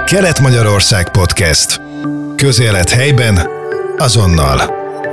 Kelet-Magyarország Podcast. Közélet helyben, azonnal.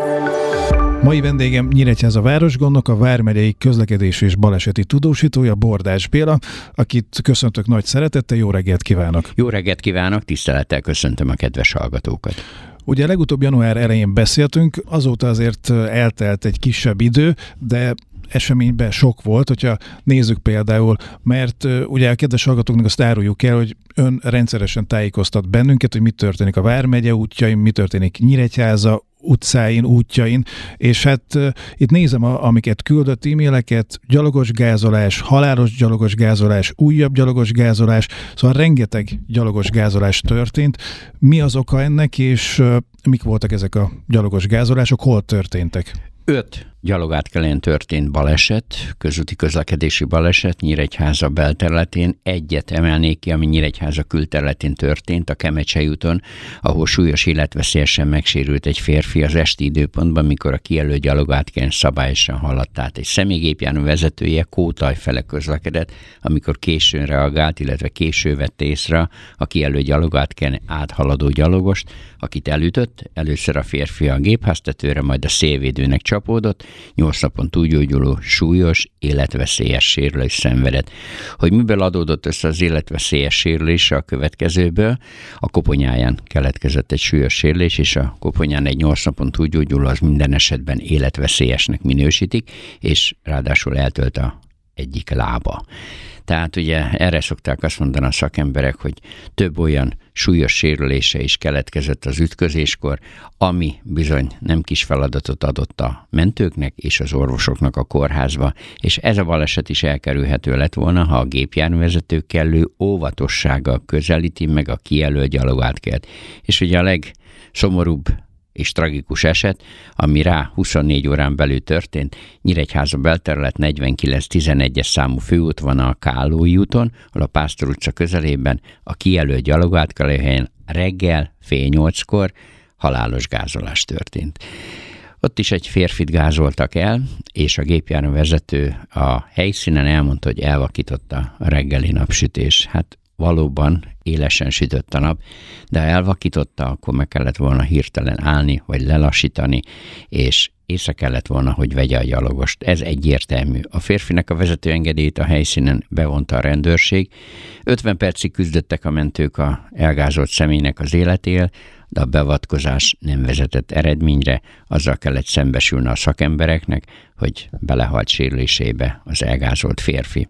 Mai vendégem Nyíregyháza városgondnok, a Vármegyei Közlekedés és Baleseti Tudósítója, Bordás Béla, akit köszöntök nagy szeretettel, jó reggelt kívánok! Jó reggelt kívánok, tisztelettel köszöntöm a kedves hallgatókat! Ugye legutóbb január elején beszéltünk, azóta azért eltelt egy kisebb idő, de eseményben sok volt, hogyha nézzük például, mert ugye a kedves hallgatóknak azt áruljuk el, hogy ön rendszeresen tájékoztat bennünket, hogy mi történik a Vármegye útjain, mi történik Nyíregyháza utcáin, útjain, és hát itt nézem, amiket küldött e-maileket, gyalogos gázolás, halálos gyalogos gázolás, újabb gyalogos gázolás, szóval rengeteg gyalogos gázolás történt. Mi az oka ennek, és mik voltak ezek a gyalogos gázolások, hol történtek? 5 gyalogátkelőn történt baleset, közúti közlekedési baleset Nyíregyháza belterületén. Egyet emelnék ki, ami Nyíregyháza külterületén történt, a Kemecsei úton, ahol súlyos életveszélyesen megsérült egy férfi az esti időpontban, mikor a kijelölt gyalogátkelőn szabályosan haladt át. Egy személygépjármű vezetője Kótaj fele közlekedett, amikor későn reagált, illetve késő vette észre a kijelölt gyalogátkelőn áthaladó gyalogost, akit elütött. Először a férfi a gépháztetőre, majd a szélvédőnek csapódott, 8 napon túlgyógyuló, súlyos, életveszélyes sérülés szenvedett. Hogy miből adódott össze az életveszélyes sérülés a következőből, a koponyáján keletkezett egy súlyos sérülés, és a koponyán egy 8 napon túlgyógyuló az minden esetben életveszélyesnek minősítik, és ráadásul eltölt a egyik lába. Tehát ugye erre szokták azt mondani a szakemberek, hogy több olyan súlyos sérülése is keletkezett az ütközéskor, ami bizony nem kis feladatot adott a mentőknek és az orvosoknak a kórházba, és ez a baleset is elkerülhető lett volna, ha a gépjárművezető kellő óvatossággal közelíti meg a kijelölt gyalogátkelőt. És ugye a legszomorúbb és tragikus eset, ami rá 24 órán belül történt, Nyíregyháza belterület 4911-es számú főútvonal Kálói úton, ahol a Pásztor utca közelében a kijelölt gyalogátkelőhelyen reggel fél 8-kor halálos gázolás történt. Ott is egy férfit gázoltak el, és a gépjárművezető a helyszínen elmondta, hogy elvakította a reggeli napsütés. Hát valóban élesen sütött a nap, de ha elvakította, akkor meg kellett volna hirtelen állni, vagy lelassítani, és észre kellett volna, hogy vegye a gyalogost. Ez egyértelmű. A férfinek a vezetőengedélyét a helyszínen bevonta a rendőrség. 50 percig küzdöttek a mentők a elgázolt személynek az életéért, de a beavatkozás nem vezetett eredményre, azzal kellett szembesülni a szakembereknek, hogy belehalt sérülésébe az elgázolt férfi.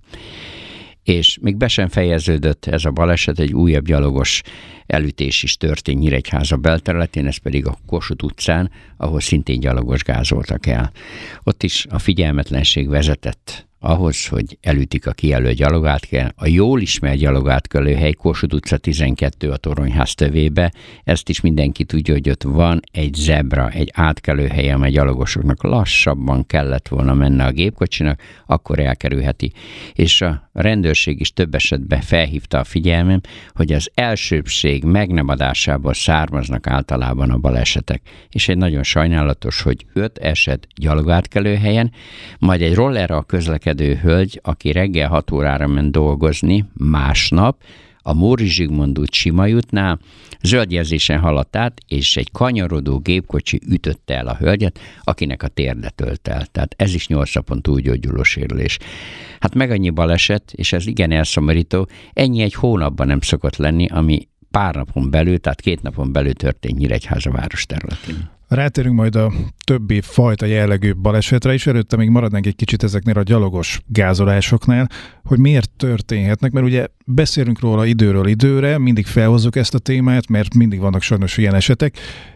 És még be sem fejeződött ez a baleset, egy újabb gyalogos elütés is történt Nyíregyháza belterületén, ez pedig a Kossuth utcán, ahol szintén gyalogos gázoltak el. Ott is a figyelmetlenség vezetett ahhoz, hogy elütik a kijelölt gyalogátkelőt. A jól ismert gyalogátkelőhely Kossuth utca 12 a Toronyház tövébe, ezt is mindenki tudja, hogy ott van egy zebra, egy átkelőhely, amely gyalogosoknak lassabban kellett volna menni a gépkocsinak, akkor elkerülheti. És a rendőrség is több esetben felhívta a figyelmem, hogy az elsőbbség meg nem adásából származnak általában a balesetek. És egy nagyon sajnálatos, hogy 5 eset gyalogátkelőhelyen, majd egy rollerral közlekedő hölgy, aki reggel 6 órára ment dolgozni, másnap a Móri Zsigmond út Simajútnál zöld jelzésen haladt át, és egy kanyarodó gépkocsi ütötte el a hölgyet, akinek a térde tölt el. Tehát ez is 8 napon túlgyógyuló sérülés. Hát meg annyi baleset, és ez igen elszomorító, ennyi egy hónapban nem szokott lenni, ami pár napon belül, tehát 2 napon belül történt Nyíregyháza város területén. Rátérünk majd a többi fajta jellegű balesetre is, előtte még maradnánk egy kicsit ezeknél a gyalogos gázolásoknál, hogy miért történhetnek, mert ugye beszélünk róla időről időre, mindig felhozzuk ezt a témát, mert mindig vannak sajnos ilyen esetek,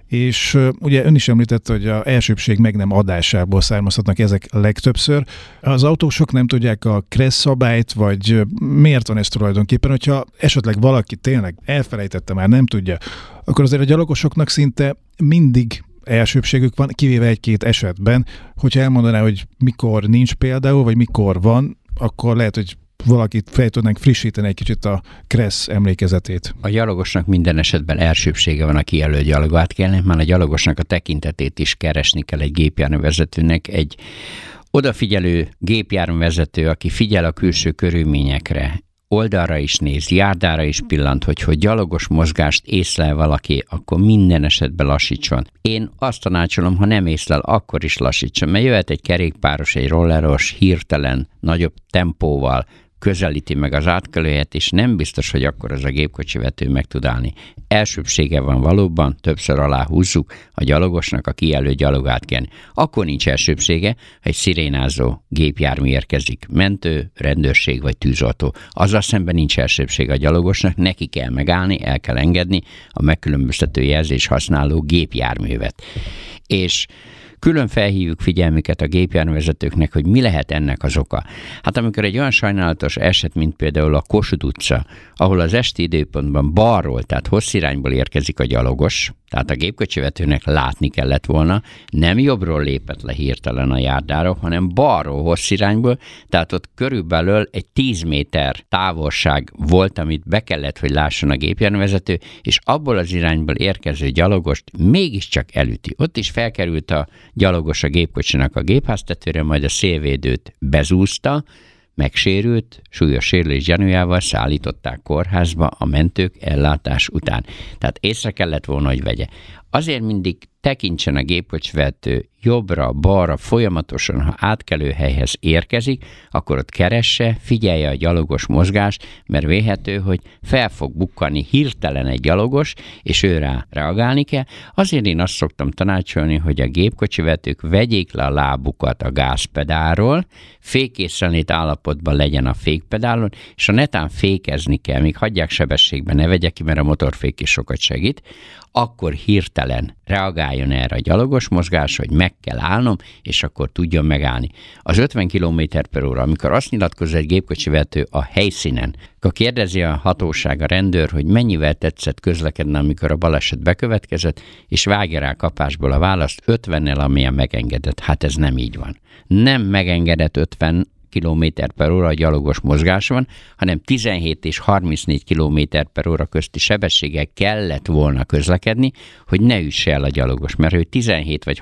és ugye ön is említette, hogy az elsőbbség meg nem adásából származhatnak ezek legtöbbször. Az autósok nem tudják a kressz szabályt, vagy miért van ez tulajdonképpen, hogyha esetleg valaki tényleg elfelejtette, már nem tudja, akkor azért a gyalogosoknak szinte mindig elsőbbségük van, kivéve egy-két esetben, hogyha elmondaná, hogy mikor nincs például, vagy mikor van, akkor lehet, hogy valakit fel tudnánk frissíteni egy kicsit a kressz emlékezetét. A gyalogosnak minden esetben elsőbbsége van a kijelölt gyalogátkelőn, már a gyalogosnak a tekintetét is keresni kell egy gépjárművezetőnek, egy odafigyelő gépjárművezető, aki figyel a külső körülményekre, oldalra is néz, járdára is pillant, hogy gyalogos mozgást észlel valaki, akkor minden esetben lassítson. Én azt tanácsolom, ha nem észlel, akkor is lassítson, mert jöhet egy kerékpáros, egy rolleros, hirtelen, nagyobb tempóval, közelíti meg az átkelőhelyet, és nem biztos, hogy akkor az a gépkocsivető meg tud állni. Elsőbbsége van valóban, többször aláhúzzuk a gyalogosnak a kijelölt gyalogátkelni. Akkor nincs elsőbbsége, ha egy szirénázó gépjármű érkezik, mentő, rendőrség vagy tűzoltó. Azzal szemben nincs elsőbbsége a gyalogosnak, neki kell megállni, el kell engedni a megkülönböztető jelzés használó gépjárművet. És külön felhívjuk figyelmüket a gépjárművezetőknek, hogy mi lehet ennek az oka. Hát amikor egy olyan sajnálatos eset, mint például a Kossuth utca, ahol az esti időpontban balról, tehát hosszirányból érkezik a gyalogos, tehát a gépkocsivetőnek látni kellett volna, nem jobbról lépett le hirtelen a járdára, hanem balról hosszirányból, tehát ott körülbelül egy 10 méter távolság volt, amit be kellett, hogy lásson a gépjárművezető, és abból az irányból érkező gyalogost mégiscsak elüti. Ott is felkerült a gyalogos a gépkocsinak a gépháztetőre, majd a szélvédőt bezúzta, megsérült, súlyos sérülés gyanújával szállították kórházba a mentők ellátás után. Tehát észre kellett volna, hogy vegye. Azért mindig tekintsen a gépkocsivető jobbra, balra folyamatosan, ha átkelőhelyhez érkezik, akkor ott keresse, figyelje a gyalogos mozgást, mert vélhető, hogy fel fog bukkani hirtelen egy gyalogos, és ő rá reagálni kell. Azért én azt szoktam tanácsolni, hogy a gépkocsivetők vegyék le a lábukat a gázpedálról, fékkészenlét állapotban legyen a fékpedálon, és ha netán fékezni kell, még hagyják sebességben, ne vegye ki, mert a motorfék is sokat segít, akkor hirtelen reagáljon erre a gyalogos mozgás, hogy meg kell állnom, és akkor tudjon megállni. Az 50 km/h, amikor azt nyilatkozza egy gépkocsivető a helyszínen, akkor kérdezi a hatóság, a rendőr, hogy mennyivel tetszett közlekedni, amikor a baleset bekövetkezett, és vágja rá kapásból a választ 50-nel, amilyen megengedett. Hát ez nem így van. Nem megengedett 50 km/h a gyalogos mozgás van, hanem 17 és 34 km/h közti sebességgel kellett volna közlekedni, hogy ne üsse el a gyalogos, mert ő 17 vagy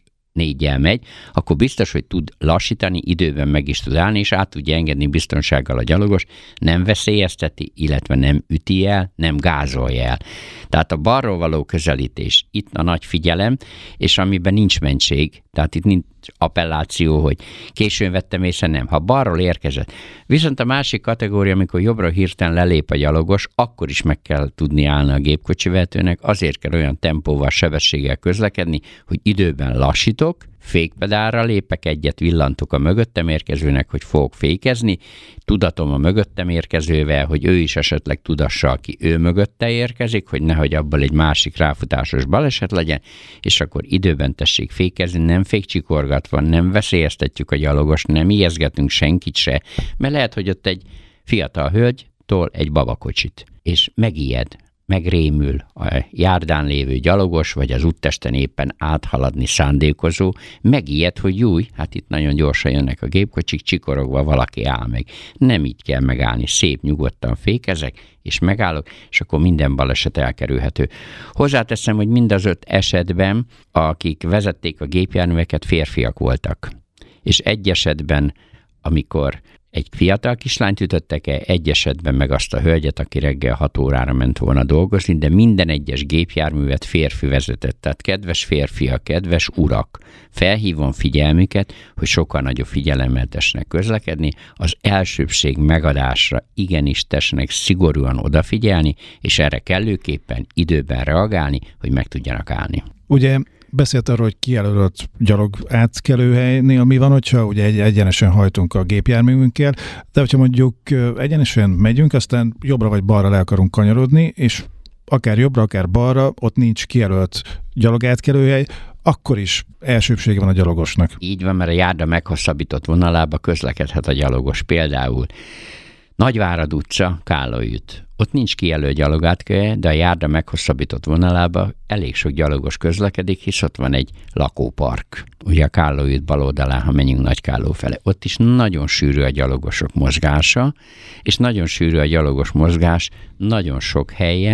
34-jel megy, akkor biztos, hogy tud lassítani, időben meg is tud állni, és át tudja engedni biztonsággal a gyalogos, nem veszélyezteti, illetve nem üti el, nem gázolja el. Tehát a balról való közelítés, itt a nagy figyelem, és amiben nincs mentség, tehát itt nincs appelláció, hogy későn vettem észre, nem. Ha balról érkezett. Viszont a másik kategória, amikor jobbra hirtelen lelép a gyalogos, akkor is meg kell tudni állni a gépkocsivezetőnek, azért kell olyan tempóval, sebességgel közlekedni, hogy időben lassítok, fékpedálra lépek egyet, villantok a mögöttem érkezőnek, hogy fogok fékezni, tudatom a mögöttem érkezővel, hogy ő is esetleg tudassa, aki ő mögötte érkezik, hogy nehogy abból egy másik ráfutásos baleset legyen, és akkor időben tessék fékezni, nem fékcsikorgatva, nem veszélyeztetjük a gyalogost, nem ijeszgetünk senkit se, mert lehet, hogy ott egy fiatal hölgy tol egy babakocsit, és megijed, megrémül a járdán lévő gyalogos, vagy az úttesten éppen áthaladni szándékozó, megijed, hogy júj, hát itt nagyon gyorsan jönnek a gépkocsik, csikorogva valaki áll meg. Nem így kell megállni, szép, nyugodtan fékezek, és megállok, és akkor minden baleset elkerülhető. Hozzáteszem, hogy mind az 5 esetben, akik vezették a gépjárműveket, férfiak voltak. És egy esetben, amikor egy fiatal kislányt ütöttek el, egy esetben meg azt a hölgyet, aki reggel 6 órára ment volna dolgozni, de minden egyes gépjárművet férfi vezetett. Tehát kedves férfiak, kedves urak, felhívom figyelmüket, hogy sokkal nagyobb figyelemmel tessenek közlekedni, az elsőbbség megadásra igenis tessenek szigorúan odafigyelni, és erre kellőképpen időben reagálni, hogy meg tudjanak állni. Ugye beszélt arról, hogy kijelölt gyalog átkelőhelynél mi van, hogyha ugye egyenesen hajtunk a gépjárművünkkel, de hogyha mondjuk egyenesen megyünk, aztán jobbra vagy balra le akarunk kanyarodni, és akár jobbra, akár balra, ott nincs kijelölt gyalogátkelőhely, akkor is elsőbsége van a gyalogosnak. Így van, mert a járda meghosszabbított vonalába közlekedhet a gyalogos. Például Nagyvárad utca, Kállói út. Ott nincs kijelölt gyalogátkelőhely, de a járda meghosszabbított vonalába elég sok gyalogos közlekedik, hisz ott van egy lakópark. Ugye a Kállói út bal oldalán, ha menjünk Nagykálló fele. Ott is nagyon sűrű a gyalogosok mozgása, és nagyon sűrű a gyalogos mozgás nagyon sok helyen,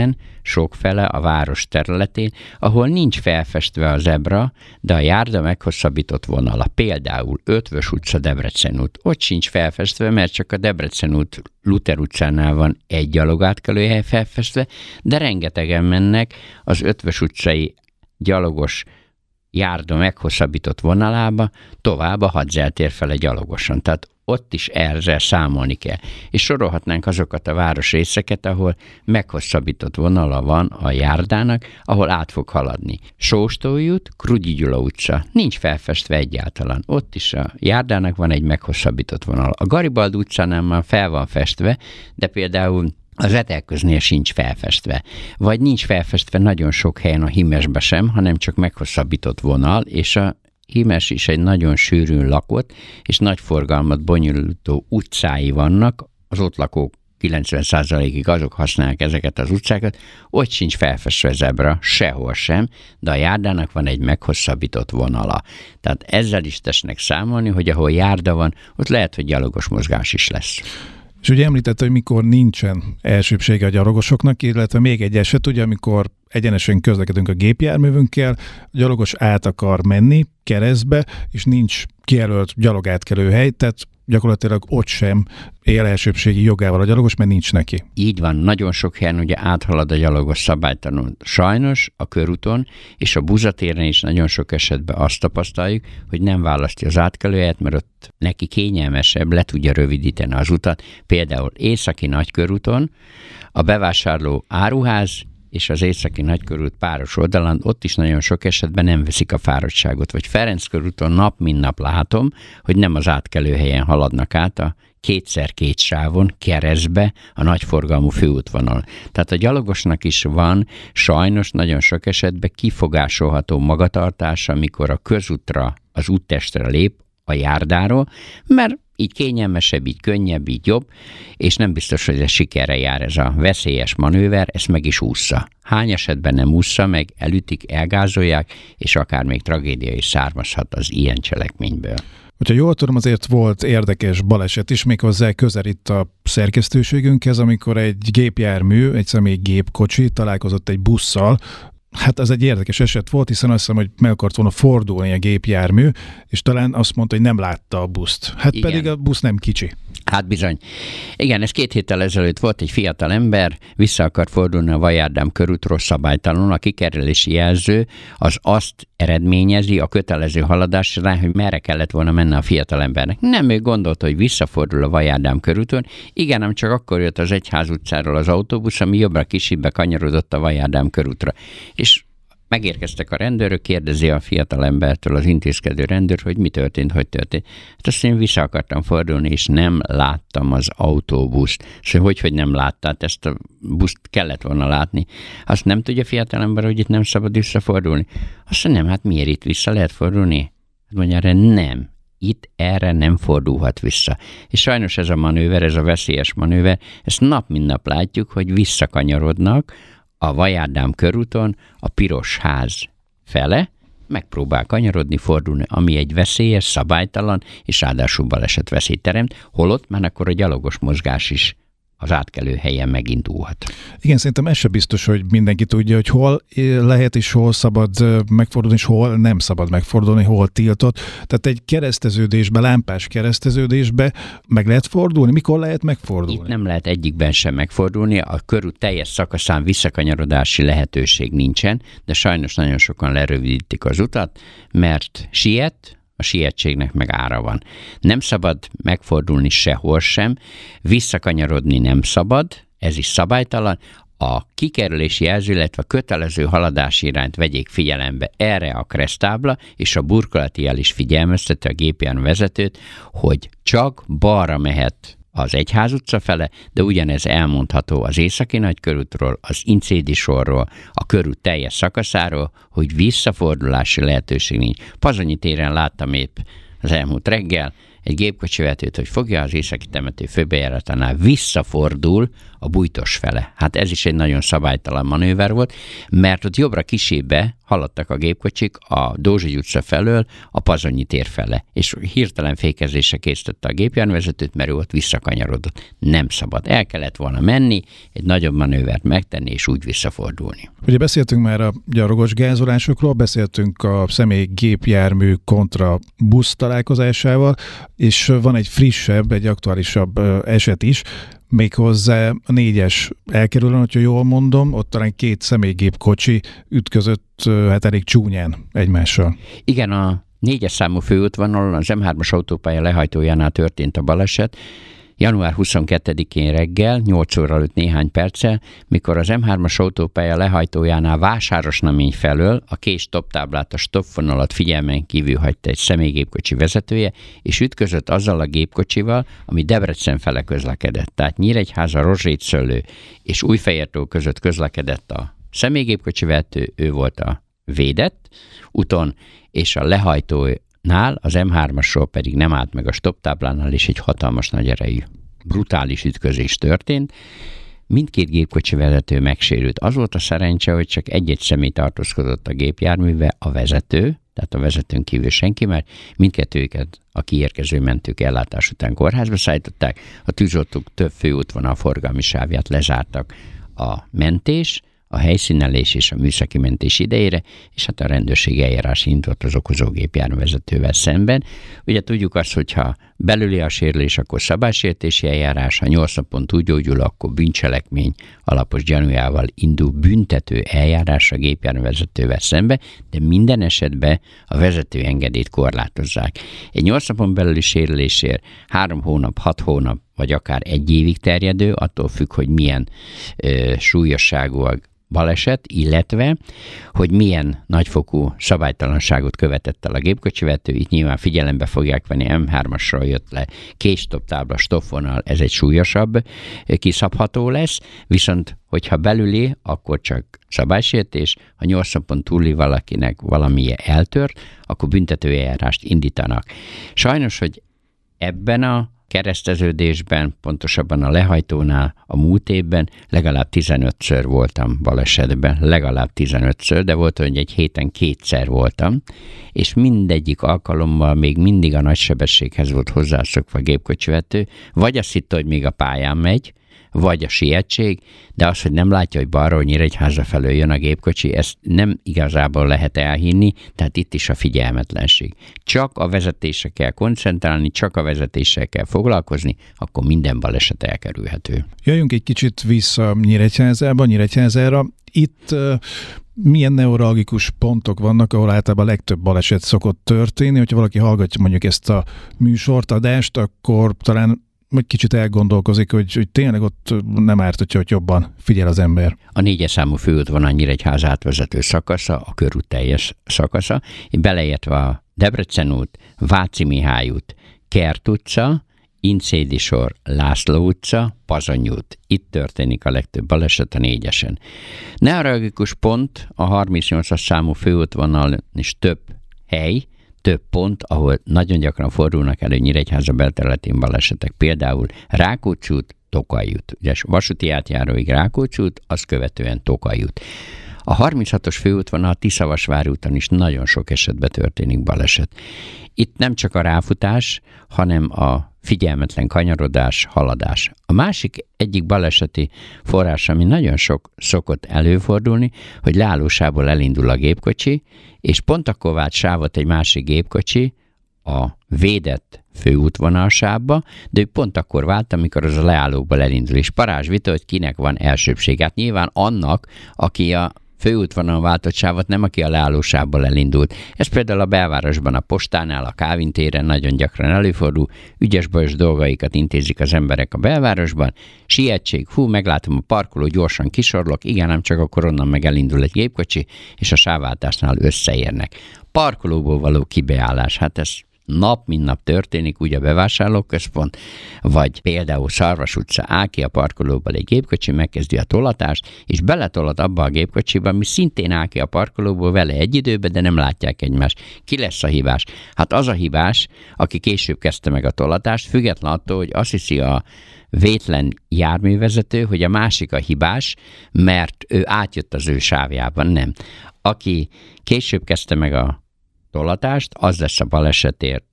sokfele a város területén, ahol nincs felfestve a zebra, de a járda meghosszabbított vonala. Például Ötvös utca, Debrecen út. Ott sincs felfestve, mert csak a Debrecen út Luther utcánál van egy gyalogátkelőhely felfestve, de rengetegen mennek az Ötvös utcai gyalogos járda meghosszabbított vonalába, tovább a Hadzel tér fele gyalogosan. Tehát ott is ezzel számolni kell. És sorolhatnánk azokat a városrészeket, ahol meghosszabbított vonala van a járdának, ahol át fog haladni. Sóstói út, Krugyi Gyula utca. Nincs felfestve egyáltalán. Ott is a járdának van egy meghosszabbított vonal. A Garibaldi utcánál már fel van festve, de például az Etelköznél sincs felfestve. Vagy nincs felfestve nagyon sok helyen a Himesbe sem, hanem csak meghosszabbított vonal, és a Himes is egy nagyon sűrűn lakott, és nagy forgalmat bonyolító utcái vannak, az ott lakók 90%-ig azok használják ezeket az utcákat, ott sincs felfestve zebra, sehol sem, de a járdának van egy meghosszabbított vonala. Tehát ezzel is tesznek számolni, hogy ahol járda van, ott lehet, hogy gyalogos mozgás is lesz. És ugye említette, hogy mikor nincsen elsőbsége a gyalogosoknak, illetve még egy eset, ugye, amikor egyenesen közlekedünk a gépjárművünkkel, a gyalogos át akar menni keresztbe, és nincs kijelölt gyalogátkelőhely, tehát gyakorlatilag ott sem él elsőbségi jogával a gyalogos, mert nincs neki. Így van, nagyon sok helyen ugye áthalad a gyalogos szabálytalanul. Sajnos a körúton és a buzatéren is nagyon sok esetben azt tapasztaljuk, hogy nem választja az átkelőhelyet, mert ott neki kényelmesebb, le tudja rövidíteni az utat. Például északi nagykörúton a bevásárló áruház és az északi nagykörút páros oldalán, ott is nagyon sok esetben nem veszik a fáradtságot. Vagy Ferenc körúton nap mint nap látom, hogy nem az átkelőhelyen haladnak át a 2x2 sávon keresztbe a nagyforgalmú főútvonal. Tehát a gyalogosnak is van sajnos nagyon sok esetben kifogásolható magatartása, amikor a közútra, az úttestre lép a járdáról, mert így kényelmesebb, így könnyebb, így jobb, és nem biztos, hogy ez sikerre jár ez a veszélyes manőver, ezt meg is ússza. Hány esetben nem ússza meg, elütik, elgázolják, és akár még tragédia is származhat az ilyen cselekményből. Hogyha jól tudom, azért volt érdekes baleset is, méghozzá közel itt a szerkesztőségünkhez, amikor egy gépjármű, egy személyi gépkocsi találkozott egy busszal. Hát ez egy érdekes eset volt, hiszen azt hiszem, hogy meg akart volna fordulni a gépjármű, és talán azt mondta, hogy nem látta a buszt. Hát igen. Pedig a busz nem kicsi. Hát bizony. Igen, ez 2 héttel ezelőtt volt, egy fiatal ember vissza akart fordulni a Vajárdám körútról szabálytalanul, a kikerülési jelző az azt eredményezi a kötelező haladásra, hogy merre kellett volna menni a fiatal embernek. Nem, ő gondolta, hogy visszafordul a Vajárdám körúton, igen, ám csak akkor jött az Egyház utcáról az autóbusz, ami jobbra kisibbbe kanyarodott a Vajárdám körútra. És megérkeztek a rendőrök, kérdezi a fiatal embertől az intézkedő rendőr, hogy mi történt, hogy történt. Hát azt én vissza akartam fordulni, és nem láttam az autóbuszt. Szóval hogy nem láttál, ezt a buszt kellett volna látni. Azt nem tudja a fiatal ember, hogy itt nem szabad visszafordulni. Azt mondja, nem, hát miért itt vissza lehet fordulni? Hát mondja erre, nem. Itt erre nem fordulhat vissza. És sajnos ez a manőver, ez a veszélyes manőver, ezt nap mint nap látjuk, hogy visszakanyarodnak a Vajárdám körúton a Piros Ház fele, megpróbál kanyarodni, fordulni, ami egy veszélyes, szabálytalan, és ráadásul balesetveszélyt teremt, holott már akkor a gyalogos mozgás is az átkelő helyen megindulhat. Igen, szerintem ez sem biztos, hogy mindenki tudja, hogy hol lehet és hol szabad megfordulni, és hol nem szabad megfordulni, hol tiltott. Tehát egy kereszteződésbe, lámpás kereszteződésbe meg lehet fordulni? Mikor lehet megfordulni? Itt nem lehet egyikben sem megfordulni, a körút teljes szakaszán visszakanyarodási lehetőség nincsen, de sajnos nagyon sokan lerövidítik az utat, mert siet, a sietségnek meg ára van. Nem szabad megfordulni sehol sem, visszakanyarodni nem szabad, ez is szabálytalan, a kikerülési jelző, illetve a kötelező haladási irányt vegyék figyelembe erre a kereszttábla, és a burkolati jel is figyelmezteti a gépjármű vezetőt, hogy csak balra mehet az Egyház utca fele, de ugyanez elmondható az Északi Nagykörútról, az Incédi sorról, a körút teljes szakaszáról, hogy visszafordulási lehetőség nincs. Pazonyi téren láttam épp az elmúlt reggel egy gépkocsivezetőt, hogy fogja az északi temető főbejáratánál, visszafordul a Bújtos fele. Hát ez is egy nagyon szabálytalan manőver volt, mert ott jobbra kisébe haladtak a gépkocsik a Dózsa utca felől a Pazonyi tér fele, és hirtelen fékezésre készítette a gépjárművezetőt, mert ő ott visszakanyarodott. Nem szabad. El kellett volna menni, egy nagyobb manővert megtenni, és úgy visszafordulni. Ugye beszéltünk már a gyalogos gázolásokról, beszéltünk a személy gépjármű kontra busz találkozásával, és van egy frissebb, egy aktuálisabb eset is, méghozzá a 4-es elkerülőn, hogyha jól mondom, ott talán 2 személygépkocsi ütközött hát elég csúnyán egymással. Igen, a 4-es számú főútvonalon az M3-as autópálya lehajtójánál történt a baleset, január 22-én reggel, 8 óra előtt néhány perccel, mikor az M3-as autópálya lehajtójánál Vásárosnamény felől a kés-stop táblát, a stoppvonalat figyelmen kívül hagyta egy személygépkocsi vezetője, és ütközött azzal a gépkocsival, ami Debrecen fele közlekedett. Tehát Nyíregyháza, Rozsrészszőlő és Újfehértó között közlekedett a személygépkocsi vezető, ő volt a védett úton, és a lehajtónál az M3-asról pedig nem állt meg a stop táblánál, és egy hatalmas nagy erejű, brutális ütközés történt. Mindkét gépkocsi vezető megsérült. Az volt a szerencse, hogy csak egy-egy személy tartózkodott a gépjárműve, a vezető, tehát a vezetőn kívül senki, mert mindkettőket a kiérkező mentők ellátás után kórházba szállították. A tűzoltók több főútvonal forgalmi sávját lezártak a mentés, a helyszínelés és a műszaki mentés idejére, és hát a rendőrség eljárás indított az okozó gépjárművezetővel szemben. Ugye tudjuk azt, hogyha belüli a sérülés, akkor szabálysértési eljárás, ha 8 napon úgy gyógyul, akkor bűncselekmény alapos gyanújával indul büntető eljárás a gépjárművezetővel szembe, de minden esetben a vezető engedélyt korlátozzák. Egy 8 napon belüli sérülésért 3 hónap, 6 hónap, vagy akár 1 évig terjedő, attól függ, hogy milyen súlyosságú a baleset, illetve, hogy milyen nagyfokú szabálytalanságot követett el a gépkocsivezető. Itt nyilván figyelembe fogják venni, M3-asról jött le, kés-stop tábla, stoppvonal, ez egy súlyosabb kiszabható lesz, viszont hogyha belüli, akkor csak szabálysértés, ha 8 napon túli valakinek valamilyen eltört, akkor büntetőeljárást indítanak. Sajnos, hogy ebben a kereszteződésben, pontosabban a lehajtónál a múlt évben legalább 15-ször voltam balesetben, legalább 15-ször, de volt, hogy egy héten 2-szer voltam, és mindegyik alkalommal még mindig a nagysebességhez volt hozzászokva a gépkocsivezető, vagy azt hitte, hogy még a pályán megy, vagy a sietség, de az, hogy nem látja, hogy balról Nyíregyháza felől jön a gépkocsi, ezt nem igazából lehet elhinni, tehát itt is a figyelmetlenség. Csak a vezetésre kell koncentrálni, csak a vezetéssel kell foglalkozni, akkor minden baleset elkerülhető. Jöjjünk egy kicsit vissza Nyíregyházára. Itt milyen neuralgikus pontok vannak, ahol általában a legtöbb baleset szokott történni? Hogyha valaki hallgatja mondjuk ezt a műsortadást, akkor talán hogy kicsit elgondolkozik, hogy tényleg ott nem árt, hogyha jobban figyel az ember. A 4-es számú főútvonal Nyíregyházát vezető szakasza, a körút teljes szakasza, beleértve a Debrecen út, Váci Mihály út, Kert utca, Incédi sor, László utca, Pazony út. Itt történik a legtöbb baleset a 4-esen. Neuralgikus pont a 38-as számú főútvonal is több hely, több pont, ahol nagyon gyakran fordulnak elő Nyíregyháza belterületén balesetek. Például Rákóczi út, Tokaj út. Ugye vasúti átjáróig Rákóczi út, azt követően Tokaj út. A 36-os főútvonal a Tiszavasvári úton is nagyon sok esetben történik baleset. Itt nem csak a ráfutás, hanem a figyelmetlen kanyarodás, haladás. A másik egyik baleseti forrás, ami nagyon sok szokott előfordulni, hogy leállósából elindul a gépkocsi, és pont akkor vált sávot egy másik gépkocsi a védett főútvonalsávba, de ő pont akkor vált, amikor az a leállóból elindul. És parázsvita, hogy kinek van elsőbség. Hát nyilván annak, aki a főútvonalon váltott sávot, nem aki a leállósávból elindult. Ez például a belvárosban, a postánál, a Kávin téren nagyon gyakran előfordul, ügyes-bajos dolgaikat intézik az emberek a belvárosban, sietség, meglátom a parkoló, gyorsan kisorlok, igen, nem csak akkor onnan meg elindul egy gépkocsi, és a sávváltásnál összeérnek. Parkolóból való kibeállás, hát ez nap mint nap történik, úgy a bevásárlóközpont, vagy például Szarvas utca áll ki a parkolóból egy gépkocsi, megkezdi a tolatást, és beletolod abba a gépkocsiba, ami szintén áll ki a parkolóból vele egy időben, de nem látják egymást. Ki lesz a hibás? Hát az a hibás, aki később kezdte meg a tolatást, független attól, hogy azt hiszi a vétlen járművezető, hogy a másik a hibás, mert ő átjött az ő sávjában. Nem. Aki később kezdte meg a tolatást, az lesz a balesetért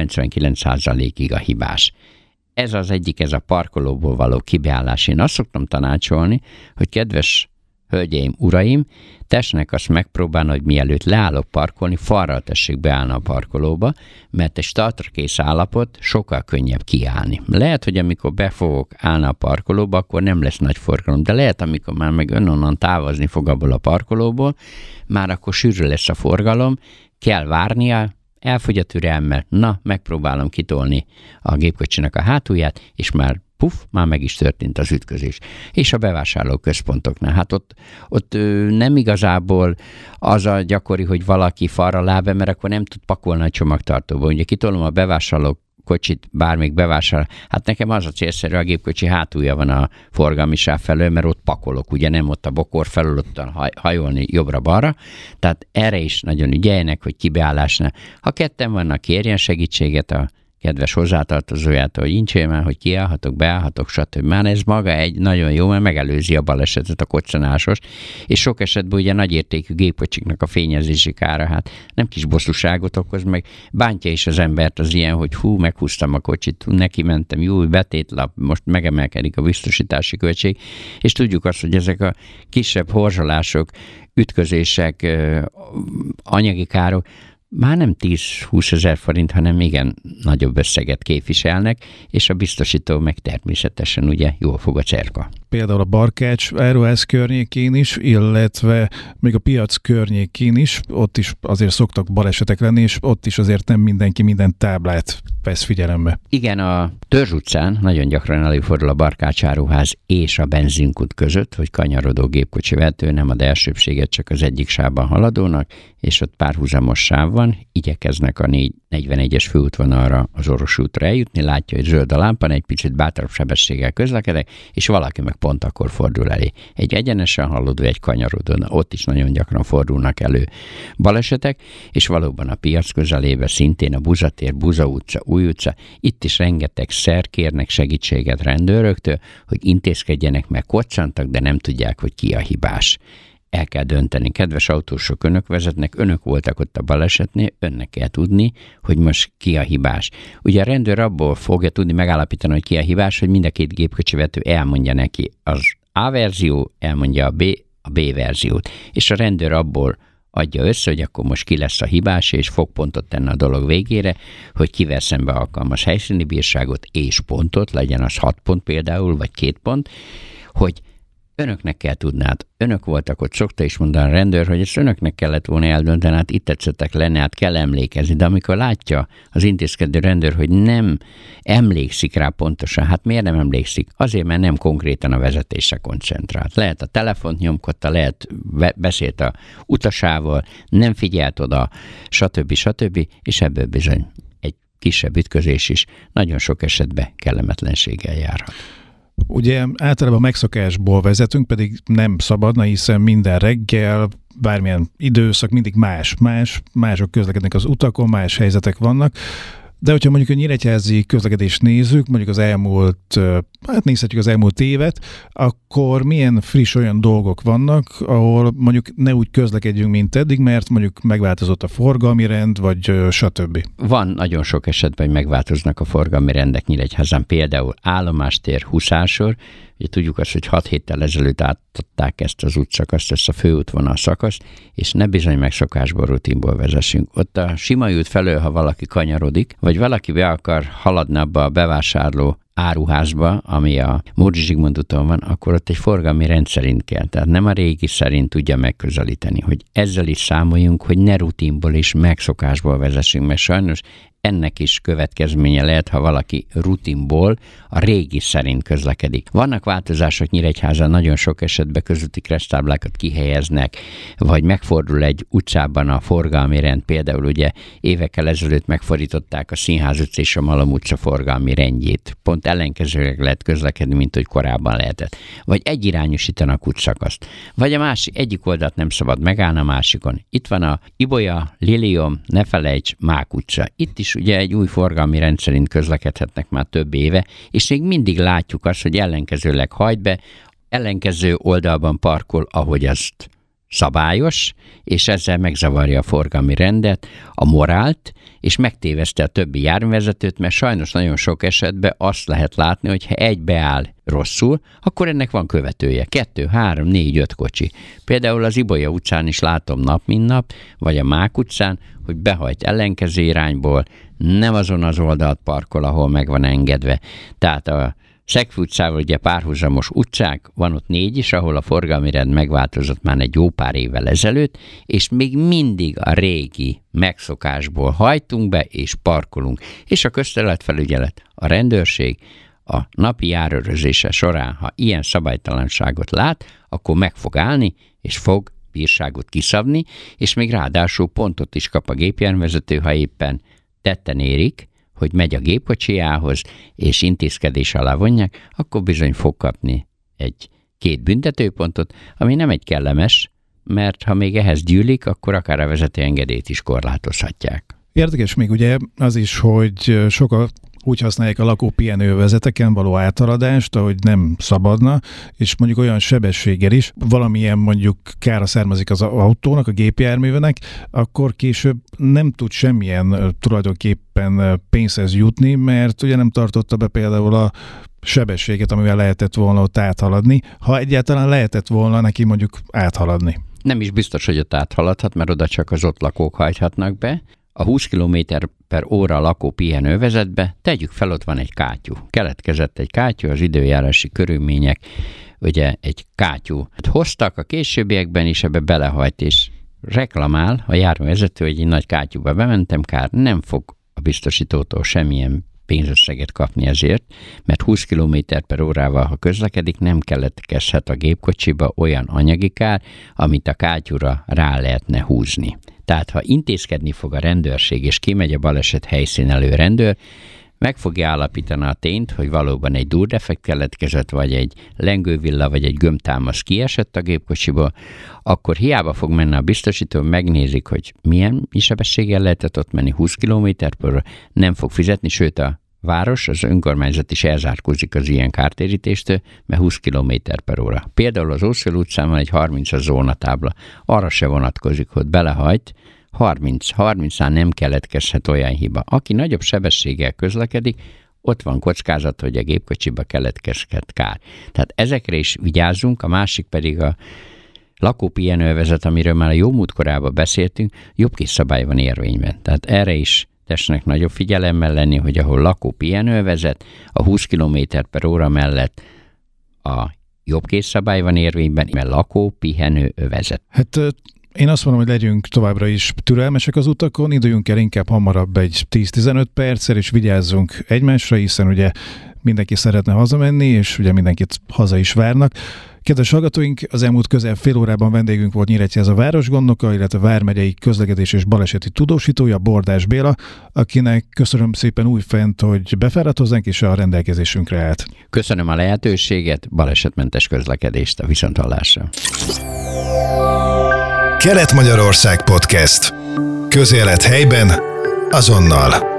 99%-ig a hibás. Ez az egyik, ez a parkolóból való kibeállás. Én azt szoktam tanácsolni, hogy kedves hölgyeim, uraim, tessenek azt megpróbálni, hogy mielőtt leállok parkolni, falral tessék beállni a parkolóba, mert egy startrakész állapot sokkal könnyebb kiállni. Lehet, hogy amikor be fogok állni a parkolóba, akkor nem lesz nagy forgalom, de lehet, amikor már meg onnan távozni fog abból a parkolóból, már akkor sűrű lesz a forgalom, kell várnia, elfogy a türelme, na, megpróbálom kitolni a gépkocsinak a hátulját, és már már meg is történt az ütközés. És a bevásárlóközpontoknál, hát ott nem igazából az a gyakori, hogy valaki falra láb, mert akkor nem tud pakolni a csomagtartóba. Ugye kitolom a bevásárlókocsit, bármelyik bevásárló, hát nekem az a célszerű, a gépkocsi hátulja van a forgalmi sáv felől, mert ott pakolok, ugye nem ott a bokor felől, ott hajolni jobbra-balra, tehát erre is nagyon ügyeljenek, hogy kibeállásnál. Ha ketten vannak, kérjen segítséget a kedves hozzátartozójától, hogy incsél már, hogy kiállhatok, beállhatok, stb. Már ez maga egy nagyon jó, mert megelőzi a balesetet, a koccanásos, és sok esetben ugye nagyértékű gépkocsiknak a fényezési kára, hát nem kis bosszúságot okoz, meg bántja is az embert az ilyen, hogy meghúztam a kocsit, neki mentem, jó, betétlap, most megemelkedik a biztosítási költség, és tudjuk azt, hogy ezek a kisebb horzsolások, ütközések, anyagi károk, már nem 10-20 ezer forint, hanem igen nagyobb összeget képviselnek, és a biztosító meg természetesen ugye jól fog a cerka. Például a Barkács áruház környékén is, illetve még a piac környékén is, ott is azért szoktak balesetek lenni, és ott is azért nem mindenki minden táblát vesz figyelembe. Igen, a Törzs utcán nagyon gyakran előfordul a Barkács áruház és a benzinkút között, hogy kanyarodó gépkocsi vezető nem ad elsőbséget csak az egyik sávban haladónak, és ott párhuzamos sáv van, igyekeznek a 41-es főútvonalra az Orvosi útra eljutni, látja, hogy zöld a lámpa, egy picit bátrabb sebességgel közlekedek, és valaki meg pont akkor fordul elé. Egy egyenesen haladó, egy kanyarodó, ott is nagyon gyakran fordulnak elő balesetek, és valóban a piac közelében szintén a Buzatér, Buza utca, Új utca, itt is rengetegszer kérnek segítséget rendőröktől, hogy intézkedjenek, mert koccantak, de nem tudják, hogy ki a hibás. El kell dönteni. Kedves autósok, önök vezetnek, önök voltak ott a balesetnél, önnek kell tudni, hogy most ki a hibás. Ugye a rendőr abból fogja tudni megállapítani, hogy ki a hibás, hogy mind a két gépkocsivető elmondja neki az A verzió, elmondja a B verziót. És a rendőr abból adja össze, hogy akkor most ki lesz a hibás, és fog pontot tenni a dolog végére, hogy kivel szembe alkalmaz helyszíni bírságot és pontot, legyen az 6 pont például, vagy 2 pont, hogy önöknek kell tudni, hát önök voltak ott, szokta is mondani a rendőr, hogy ezt önöknek kellett volna eldönteni, hát itt tetszettek lenni, hát kell emlékezni, de amikor látja az intézkedő rendőr, hogy nem emlékszik rá pontosan, hát miért nem emlékszik? Azért, mert nem konkrétan a vezetésre koncentrált. Lehet a telefont nyomkodta, lehet beszélt a utasával, nem figyelt oda, stb. És ebből bizony egy kisebb ütközés is nagyon sok esetben kellemetlenséggel járhat. Ugye általában megszokásból vezetünk, pedig nem szabadna, hiszen minden reggel, bármilyen időszak mindig mások közlekednek az utakon, más helyzetek vannak. De hogyha mondjuk a nyíregyházi közlekedést nézzük, mondjuk az elmúlt, nézhetjük az elmúlt évet, akkor milyen friss olyan dolgok vannak, ahol mondjuk ne úgy közlekedjünk, mint eddig, mert mondjuk megváltozott a forgalmi rend, vagy stb. Van nagyon sok esetben, hogy megváltoznak a forgalmi rendek Nyíregyházán, például állomástér, Huszársor. Ugye tudjuk azt, hogy 6 héttel ezelőtt átadták ezt az útszakaszt, ezt a főútvonal szakaszt, és ne bizony megszokásból, rutinból vezessünk. Ott a Simai út felől, ha valaki kanyarodik, vagy valaki be akar haladni abba a bevásárló áruházba, ami a Móri Zsigmond úton van, akkor ott egy forgalmi rend szerint kell. Tehát nem a régi szerint tudja megközelíteni, hogy ezzel is számoljunk, hogy ne rutinból és megszokásból vezessünk, mert sajnos ennek is következménye lehet, ha valaki rutinból a régi szerint közlekedik. Vannak változások Nyíregyházán, nagyon sok esetben közúti kereszttáblákat kihelyeznek, vagy megfordul egy utcában a forgalmi rend. Például ugye évekkel ezelőtt megfordították a Színház utca és a Malom utca forgalmi rendjét. Pont ellenkezőleg lehet közlekedni, mint hogy korábban lehetett. Vagy egyirányosítanak útszakaszt. Vagy a másik, egyik oldalt nem szabad megállni, a másikon. Itt van a Ibolya, Lilium, ne felejts, Mák utca. Itt is ugye egy új forgalmi rend szerint közlekedhetnek már több éve, és még mindig látjuk azt, hogy ellenkezőleg hajt be, ellenkező oldalban parkol, ahogy azt szabályos, és ezzel megzavarja a forgalmi rendet, a morált, és megtéveszte a többi járművezetőt, mert sajnos nagyon sok esetben azt lehet látni, hogy ha egy beáll rosszul, akkor ennek van követője. 2, 3, 4, 5 kocsi. Például az Ibolya utcán is látom nap, mint nap, vagy a Mák utcán, hogy behajt ellenkező irányból, nem azon az oldalt parkol, ahol meg van engedve. Tehát a Szegfű utcával ugye párhuzamos utcák, van ott 4 is, ahol a forgalmi rend megváltozott már egy jó pár évvel ezelőtt, és még mindig a régi megszokásból hajtunk be és parkolunk. És a közterületfelügyelet, a rendőrség a napi járőrözése során, ha ilyen szabálytalanságot lát, akkor meg fog állni, és fog bírságot kiszabni, és még ráadásul pontot is kap a gépjárművezető, ha éppen tetten érik, hogy megy a gépkocsijához, és intézkedés alá vonják, akkor bizony fog kapni 1-2 büntetőpontot, ami nem egy kellemes, mert ha még ehhez gyűlik, akkor akár a vezetőengedélyt is korlátozhatják. Érdekes még ugye az is, hogy sokan úgy használják a lakópihenővezeteken való átaladást, ahogy nem szabadna, és mondjuk olyan sebességgel is, valamilyen mondjuk kára származik az autónak, a gépjárművenek, akkor később nem tud semmilyen tulajdonképpen pénzhez jutni, mert ugye nem tartotta be például a sebességet, amivel lehetett volna ott áthaladni, ha egyáltalán lehetett volna neki mondjuk áthaladni. Nem is biztos, hogy ott áthaladhat, mert oda csak az ott lakók hajthatnak be. A 20 km/h lakó pihenővezetbe tegyük fel, ott van egy kátyú. Keletkezett egy kátyú, az időjárási körülmények, ugye egy kátyút hoztak, a későbbiekben is ebbe belehajt, és reklamál a járművezető, hogy egy nagy kátyúba bementem, kár nem fog a biztosítótól semmilyen pénzösszeget kapni ezért, mert 20 km/h-val, ha közlekedik, nem keletkezhet a gépkocsiba olyan anyagi kár, amit a kátyúra rá lehetne húzni. Tehát, ha intézkedni fog a rendőrség, és kimegy a baleset helyszínelő rendőr, meg fogja állapítani a tényt, hogy valóban egy dúrdefekt keletkezett, vagy egy lengővilla, vagy egy gömbtámasz kiesett a gépkocsiból, akkor hiába fog menni a biztosító, megnézik, hogy milyen sebességgel lehetett ott menni, 20 km/h, nem fog fizetni, sőt a város, az önkormányzat is elzárkózik az ilyen kártérítéstől, mert 20 km/h. Például az Ószöl utcán van egy 30-as zónatábla, arra se vonatkozik, hogy belehajt, 30-nál nem keletkezhet olyan hiba. Aki nagyobb sebességgel közlekedik, ott van kockázat, hogy a gépkocsiba keletkezhet kár. Tehát ezekre is vigyázzunk, a másik pedig a lakópihenővezet, amiről már a jó múltkorában beszéltünk, jobb kis szabály van érvényben. Tehát erre is tessenek nagyobb figyelemmel lenni, hogy ahol lakópihenővezet, a 20 km/h mellett a jobb kis szabály van érvényben, mert lakópihenővezet. Hát én azt mondom, hogy legyünk továbbra is türelmesek az utakon, induljunk el inkább hamarabb egy 10-15 perccel, és vigyázzunk egymásra, hiszen ugye mindenki szeretne hazamenni, és ugye mindenkit haza is várnak. Kedves hallgatóink, az elmúlt közel fél órában vendégünk volt Nyíregyháza városgondnoka, illetve vármegyei közlekedés és baleseti tudósítója, Bordás Béla, akinek köszönöm szépen újfent, hogy befáradt hozzánk, és a rendelkezésünkre állt. Köszönöm a lehetőséget, balesetmentes közlekedést, a viszonthallásra. Kelet-Magyarország Podcast. Közélet helyben, azonnal.